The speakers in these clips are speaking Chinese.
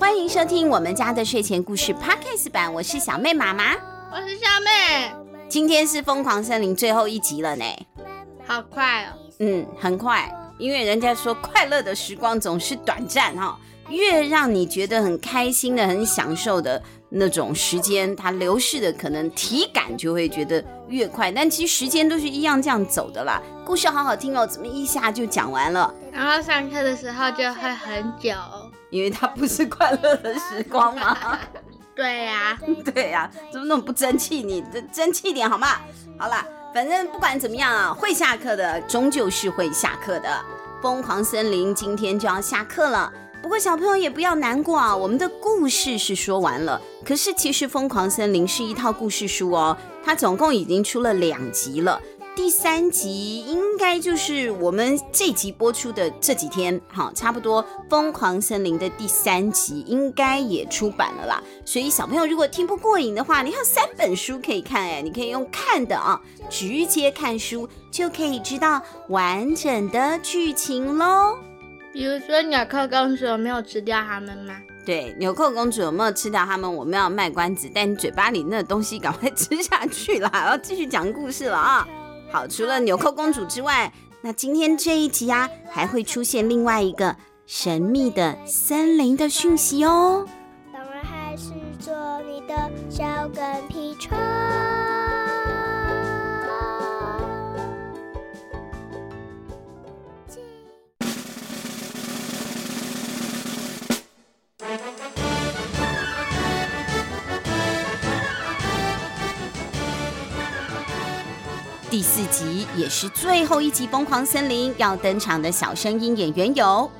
欢迎收听我们家的睡前故事 Podcast 版，我是小妹妈妈， 我是小妹。 今天是疯狂森林最后一集了呢， 好快哦。 很快，因为人家说快乐的时光总是短暂越让你觉得很开心的、很享受的那种时间，它流逝的可能体感就会觉得越快，但其实时间都是一样这样走的啦。故事好好听哦，怎么一下就讲完了？ 然后上课的时候就会很久， 因为它不是快乐的时光嘛。 对呀， 对呀，怎么那么不争气？你争气点好吗？好啦，反正不管怎么样啊，会下课的终究是会下课的。疯狂森林今天就要下课了。不过小朋友也不要难过啊，我们的故事是说完了。可是其实疯狂森林是一套故事书哦，它总共已经出了2集了。第3集应该就是我们这集播出的这几天，差不多疯狂森林的第3集应该也出版了啦。所以小朋友如果听不过瘾的话，你还有3本书可以看，你可以用看的直接看书就可以知道完整的剧情咯。 比如说纽扣公主有没有吃掉他们吗？ 对，纽扣公主有没有吃掉他们，我们要卖关子，但你嘴巴里那东西赶快吃下去啦，要继续讲故事了啊！好，除了纽扣公主之外，那今天这一集还会出现另外一个神秘的森林的讯息哦。 当然还是做你的小跟屁虫。 第4集也是最后一集疯狂森林要登场的小声音演员有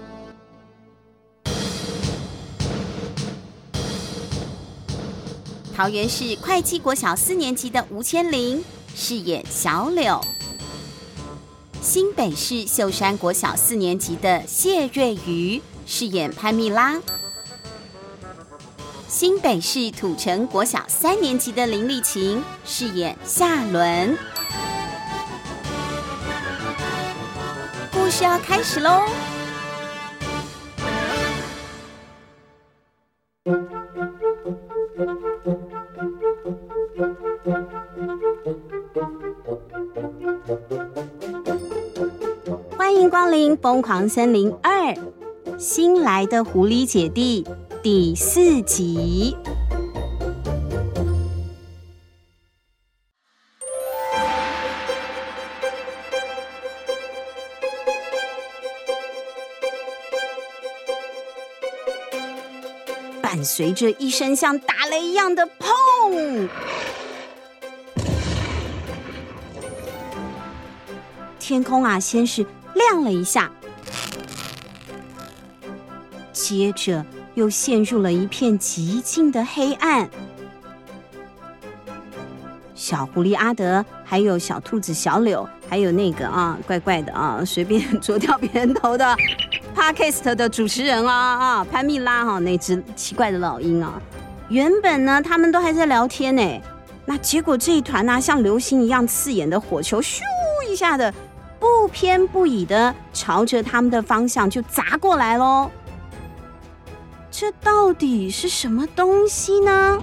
桃园市会稽国小4年级的吴千玲饰演小柳，新北市秀山国小4年级的谢瑞瑜饰演潘蜜拉，新北市土城国小3年级的林丽琴饰演夏伦。故事要开始咯。欢迎光临疯狂森林2新来的狐狸姐弟第4集。伴随着一声像打雷一样的砰，天空先是亮了一下，接着又陷入了一片寂静的黑暗。小狐狸阿德，还有小兔子小柳，还有那个怪怪的随便啄掉别人头的Podcast 的主持人潘蜜拉那只奇怪的老鹰原本呢他们都还在聊天呢，那结果这一团像流星一样刺眼的火球，咻一下的不偏不倚的朝着他们的方向就砸过来咯。这到底是什么东西呢？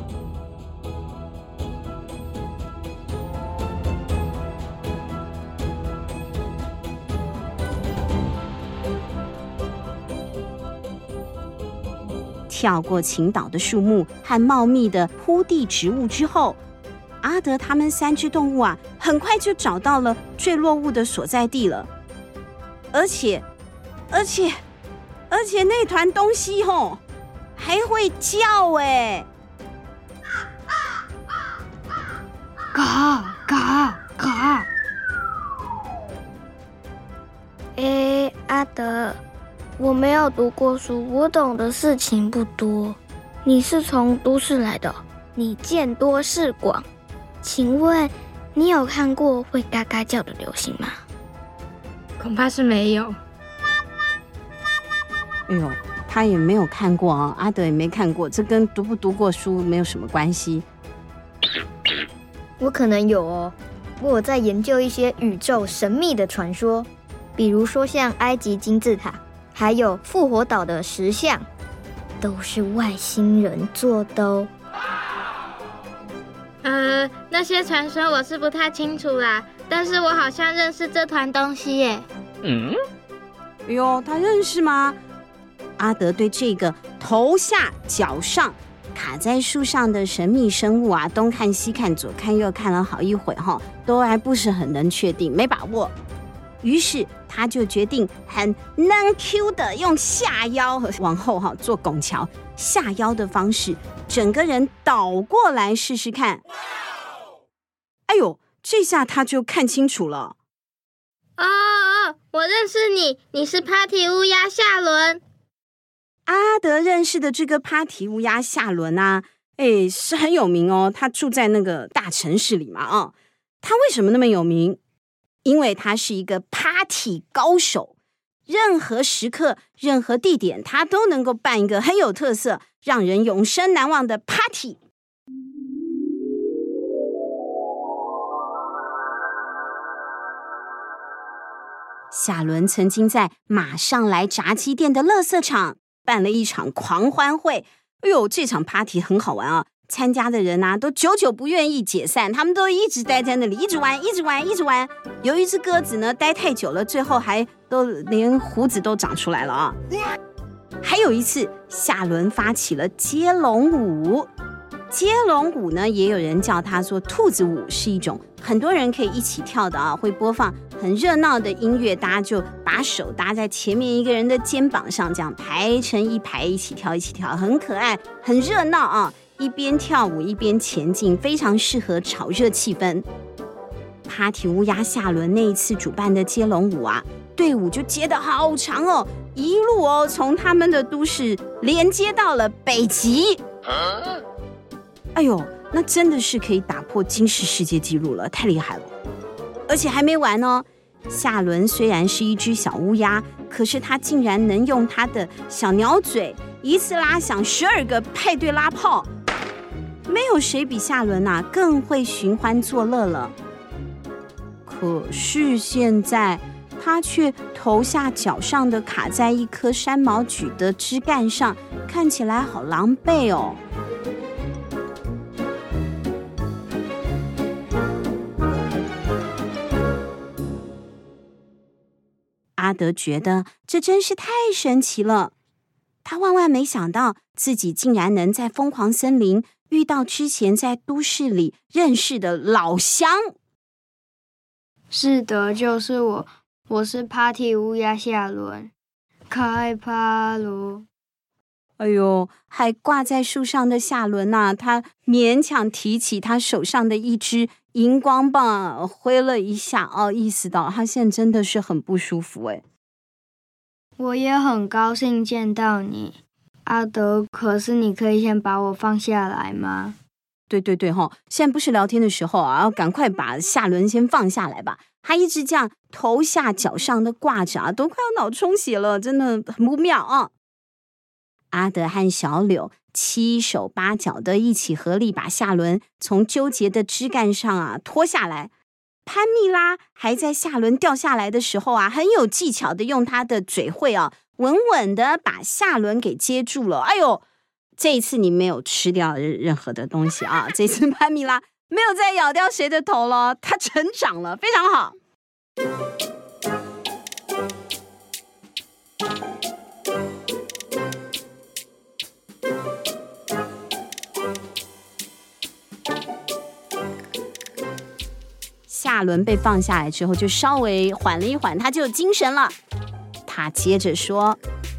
跳过倾倒的树木和茂密的铺地植物之后，阿德他们3只动物很快就找到了坠落物的所在地了。而且那团东西还会叫嘎嘎嘎！ 阿德，我没有读过书，我懂的事情不多。你是从都市来的，你见多识广，请问你有看过会嘎嘎叫的流星吗？ 恐怕是没有。 哎呦，他也没有看过阿德也没看过，这跟读不读过书没有什么关系。 我可能有我在研究一些宇宙神秘的传说，比如说像埃及金字塔，还有复活岛的石像。 都是外星人做的哦。 那些传说我是不太清楚啦，但是我好像认识这团东西耶。 哎呦，他认识吗？阿德对这个头下脚上卡在树上的神秘生物啊，东看西看，左看右看了好一会哈，都还不是很能确定，没把握。于是他就决定很能 Q 的用下腰往后做拱桥，下腰的方式，整个人倒过来试试看。哎呦，这下他就看清楚了。 我认识你，你是 Party 乌鸦夏伦。 阿德认识的这个 Party 乌鸦夏伦啊，是很有名哦。他住在那个大城市里嘛他为什么那么有名？因为他是一个 Party 高手，任何时刻、任何地点，他都能够办一个很有特色、让人永生难忘的 Party。夏伦曾经在马上来炸鸡店的垃圾场办了一场狂欢会。哎呦，这场 party 很好玩啊！参加的人都久久不愿意解散，他们都一直待在那里，一直玩，一直玩，一直玩。有一只鸽子呢，待太久了，最后还都连胡子都长出来了啊！还有一次，夏伦发起了接龙舞。接龙舞呢，也有人叫它做兔子舞，是一种很多人可以一起跳的会播放很热闹的音乐，大家就把手搭在前面一个人的肩膀上，这样排成一排一起跳，一起跳，很可爱，很热闹一边跳舞一边前进，非常适合炒热气氛。Party 乌鸦夏伦那一次主办的接龙舞队伍就接得好长一路从他们的都市连接到了北极。哎呦，那真的是可以打破金氏世界纪录了，太厉害了！而且还没完夏伦虽然是一只小乌鸦，可是他竟然能用他的小鸟嘴一次拉响12个派对拉炮，没有谁比夏伦更会寻欢作乐了。可是现在他却头下脚上的卡在一棵山毛榉的枝干上，看起来好狼狈哦。阿德觉得这真是太神奇了，他万万没想到自己竟然能在疯狂森林遇到之前在都市里认识的老乡。 是的，就是我是 Party 乌鸦夏伦，开趴喽！ 哎呦，还挂在树上的夏伦他勉强提起他手上的一支荧光棒，挥了一下意识到他现在真的是很不舒服我也很高兴见到你，阿德，可是你可以先把我放下来吗？ 对现在不是聊天的时候要赶快把夏伦先放下来吧。他一直这样头下脚上的挂着都快要脑充血了，真的很不妙阿德和小柳七手八脚的一起合力把夏伦从纠结的枝干上拖下来。潘蜜拉还在夏伦掉下来的时候很有技巧的用他的嘴喙稳稳的把夏伦给接住了。哎呦，这一次你没有吃掉任何的东西这次潘蜜拉没有再咬掉谁的头了，他成长了，非常好。夏伦被放下来之后就稍微缓了一缓，他就有精神了。他接着说，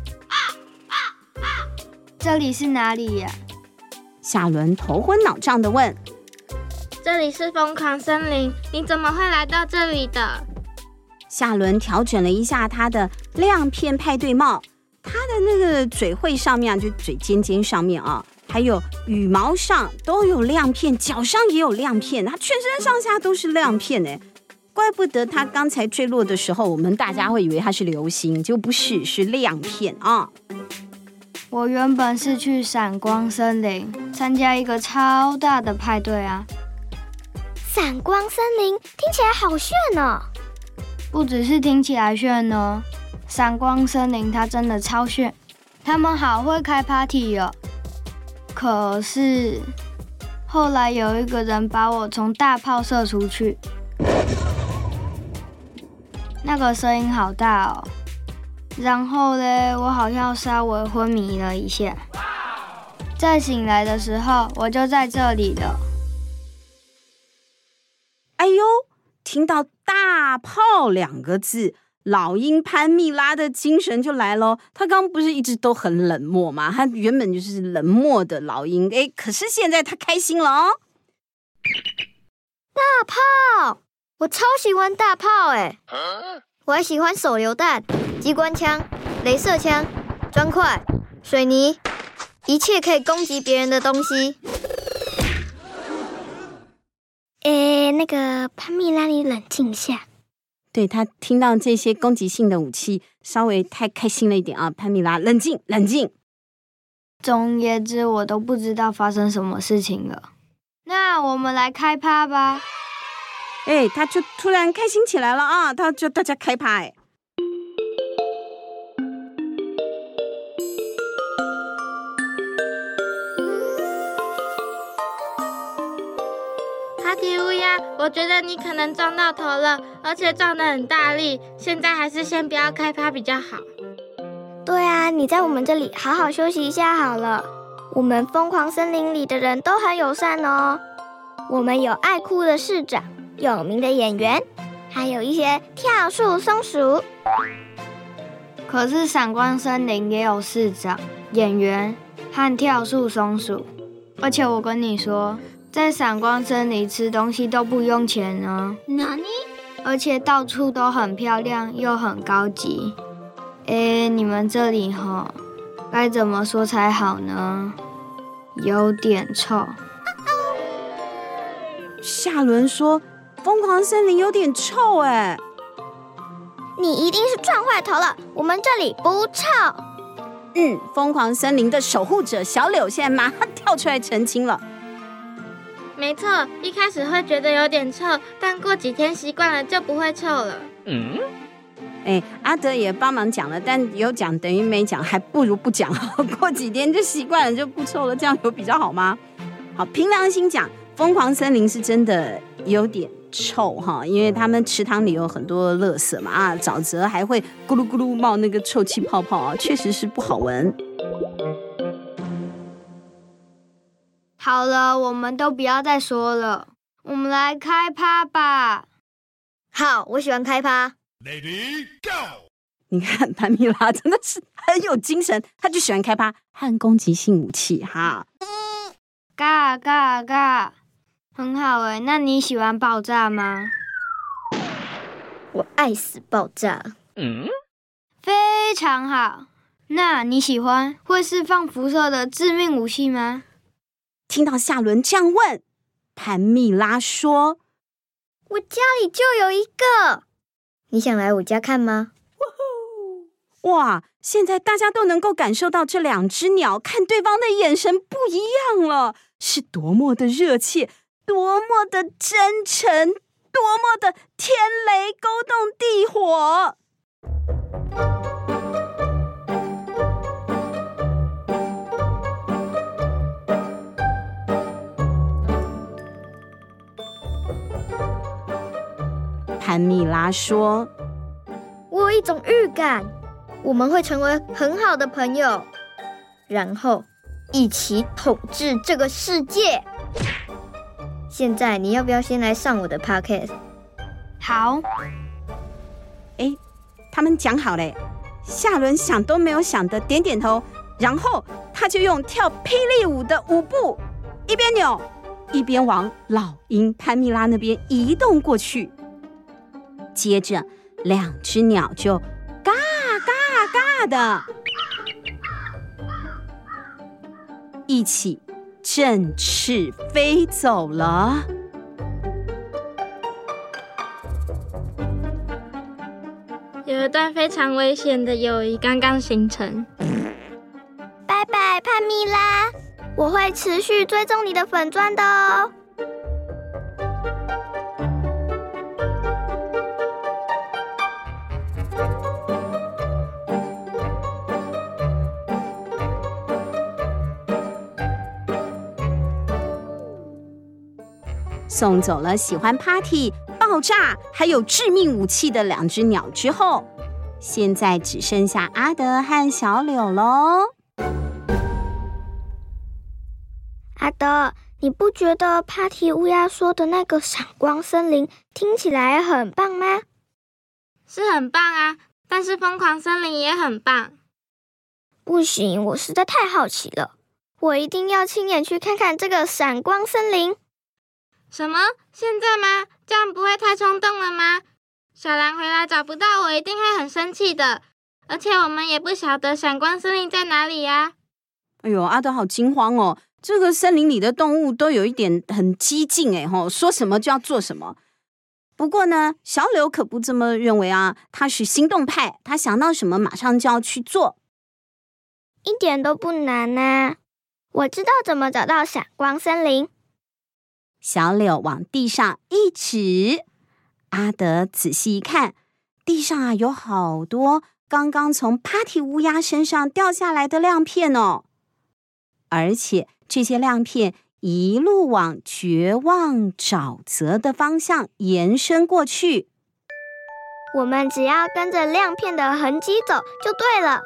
这里是哪里呀？ 夏伦头昏脑胀地问， 这里是疯狂森林，你怎么会来到这里的？ 夏伦调整了一下他的亮片派对帽，他的那个嘴喙上面就嘴尖尖上面还有羽毛上都有亮片，脚上也有亮片，他全身上下都是亮片怪不得他刚才坠落的时候我们大家会以为他是流星，就不是，是亮片我原本是去闪光森林参加一个超大的派对闪光森林听起来好炫哦！ 不只是听起来炫闪光森林它真的超炫， 他们好会开 party 哦。可是后来有一个人把我从大炮射出去，那个声音好大哦。然后呢，我好像稍微昏迷了一下。再醒来的时候，我就在这里了。 哎呦，听到大炮2个字，老鹰潘蜜拉的精神就来咯。他刚不是一直都很冷漠吗？他原本就是冷漠的老鹰，可是现在他开心了哦。 大炮，我超喜欢大炮我还喜欢手榴弹、机关枪、雷射枪、砖块、水泥，一切可以攻击别人的东西。 那个潘蜜拉，你冷静一下。 对，他听到这些攻击性的武器，稍微太开心了一点啊！潘蜜拉，冷静，冷静。 总而言之，我都不知道发生什么事情了。那我们来开趴吧。 他就突然开心起来了啊！他就大家开趴哈迪乌鸦，我觉得你可能撞到头了，而且撞得很大力。现在还是先不要开趴比较好。 对啊，你在我们这里好好休息一下好了。我们疯狂森林里的人都很友善哦。我们有爱哭的市长，有名的演员，还有一些跳树松鼠。可是闪光森林也有市长、演员和跳树松鼠。而且我跟你说，在闪光森林吃东西都不用钱呢。 哪里？ 而且到处都很漂亮又很高级。你们这里该怎么说才好呢？有点臭。 夏伦说：“疯狂森林有点臭你一定是撞坏头了，我们这里不臭。” 疯狂森林的守护者小柳现在马上跳出来澄清了。 没错，一开始会觉得有点臭，但过几天习惯了就不会臭了。 阿德也帮忙讲了，但有讲等于没讲，还不如不讲。过几天就习惯了，就不臭了，这样有比较好吗？好，凭良心讲，疯狂森林是真的有点臭哈，因为他们池塘里有很多垃圾嘛，沼泽还会咕噜咕噜冒那个臭气泡泡啊，确实是不好闻。 好了，我们都不要再说了，我们来开趴吧。 好，我喜欢开趴。 Lady Go！ 你看潘蜜拉真的是很有精神，他就喜欢开趴和攻击性武器哈。 嘎嘎嘎，很好那你喜欢爆炸吗？ 我爱死爆炸。 非常好。那你喜欢会释放辐射的致命武器吗？ 听到夏伦这样问，潘蜜拉说：“ 我家里就有一个，你想来我家看吗？” 哇！现在大家都能够感受到这2只鸟看对方的眼神不一样了，是多么的热切，多么的真诚，多么的天雷勾动地火。潘蜜拉说：“ 我有一种预感，我们会成为很好的朋友，然后一起统治这个世界。现在你要不要先来上我的 podcast？” 好。 他们讲好嘞。夏伦想都没有想的点点头，然后他就用跳霹雳舞的舞步，一边扭一边往老鹰潘蜜拉那边移动过去。接着2只鸟就嘎嘎嘎的一起振翅飞走了。 有一段非常危险的友谊刚刚形成。 拜拜，潘蜜拉，我会持续追踪你的粉专的哦。 送走了喜欢 party、爆炸还有致命武器的2只鸟之后，现在只剩下阿德和小柳咯。 阿德，你不觉得 Party 乌鸦说的那个闪光森林听起来很棒吗？ 是很棒啊，但是疯狂森林也很棒。 不行，我实在太好奇了，我一定要亲眼去看看这个闪光森林。 什么？现在吗？这样不会太冲动了吗？小狼回来找不到我，一定会很生气的。而且我们也不晓得闪光森林在哪里呀。 哎呦，阿德好惊慌哦！这个森林里的动物都有一点很激进说什么就要做什么。不过呢，小柳可不这么认为啊，他是行动派，他想到什么马上就要去做。 一点都不难啊，我知道怎么找到闪光森林。 小柳往地上一指，阿德仔细一看，地上啊有好多刚刚从 Party 乌鸦身上掉下来的亮片哦，而且这些亮片一路往绝望沼泽的方向延伸过去。 我们只要跟着亮片的痕迹走就对了。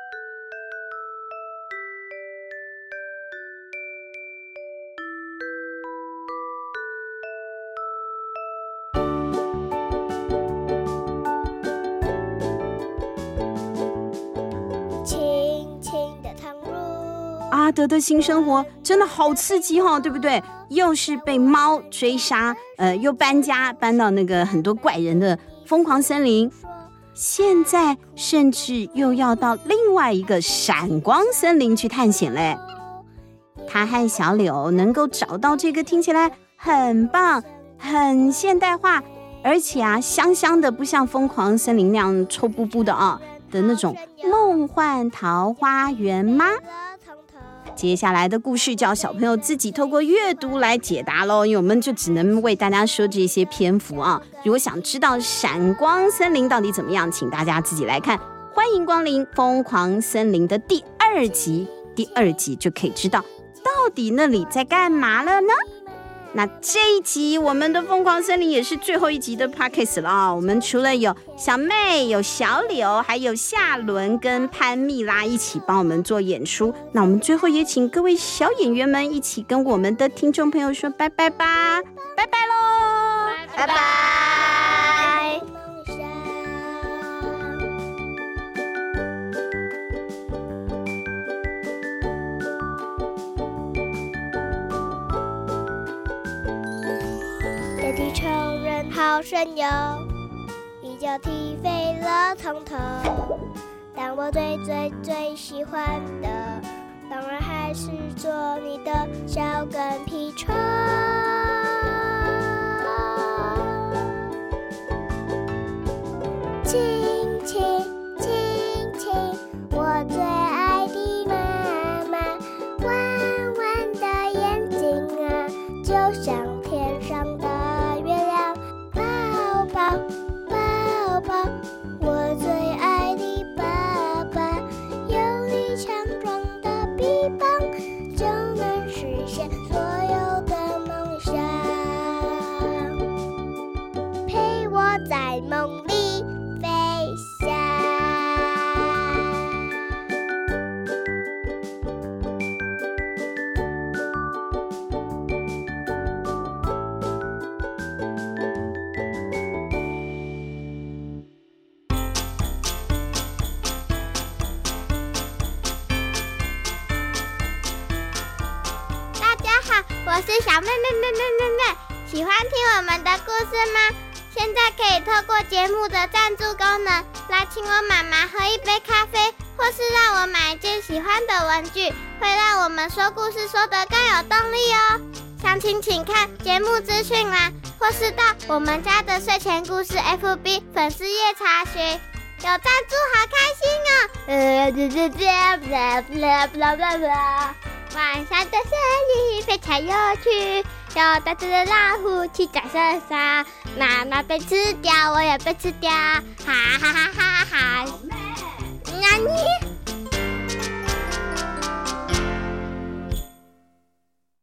阿德的新生活真的好刺激哦，对不对？又是被猫追杀，又搬家搬到那个很多怪人的疯狂森林，现在甚至又要到另外一个闪光森林去探险嘞。他和小柳能够找到这个听起来很棒、很现代化，而且啊香香的，不像疯狂森林那样臭布布的的那种梦幻桃花源吗？接下来的故事叫小朋友自己透过阅读来解答咯，因为我们就只能为大家说这些篇幅啊。如果想知道闪光森林到底怎么样，请大家自己来看。欢迎光临疯狂森林的第2集，第2集就可以知道到底那里在干嘛了呢？那这一集我们的疯狂森林也是最后一集的 Podcast 了我们除了有小妹、有小柳，还有夏伦跟潘蜜拉一起帮我们做演出。那我们最后也请各位小演员们一起跟我们的听众朋友说拜拜吧，拜拜咯， 拜拜。 地球人好神勇，一脚踢飞了从头。但我最喜欢的，当然还是做你的小跟屁虫。亲亲亲亲，我最爱的妈妈，弯弯的眼睛啊，就像天上的抱抱，我最爱的爸爸，有你强壮的臂膀，就能实现所有的梦想。陪我在梦里飞翔。我是小妹，喜欢听我们的故事吗？现在可以透过节目的赞助功能来请我妈妈喝一杯咖啡，或是让我买一件喜欢的文具，会让我们说故事说得更有动力哦。详情请看节目资讯栏，或是到我们家的睡前故事 FB 粉丝页查询。有赞助好开心哦！晚上的森林非常有趣，有大只的老虎骑在身上，妈妈被吃掉，我也被吃掉，哈哈哈哈哈！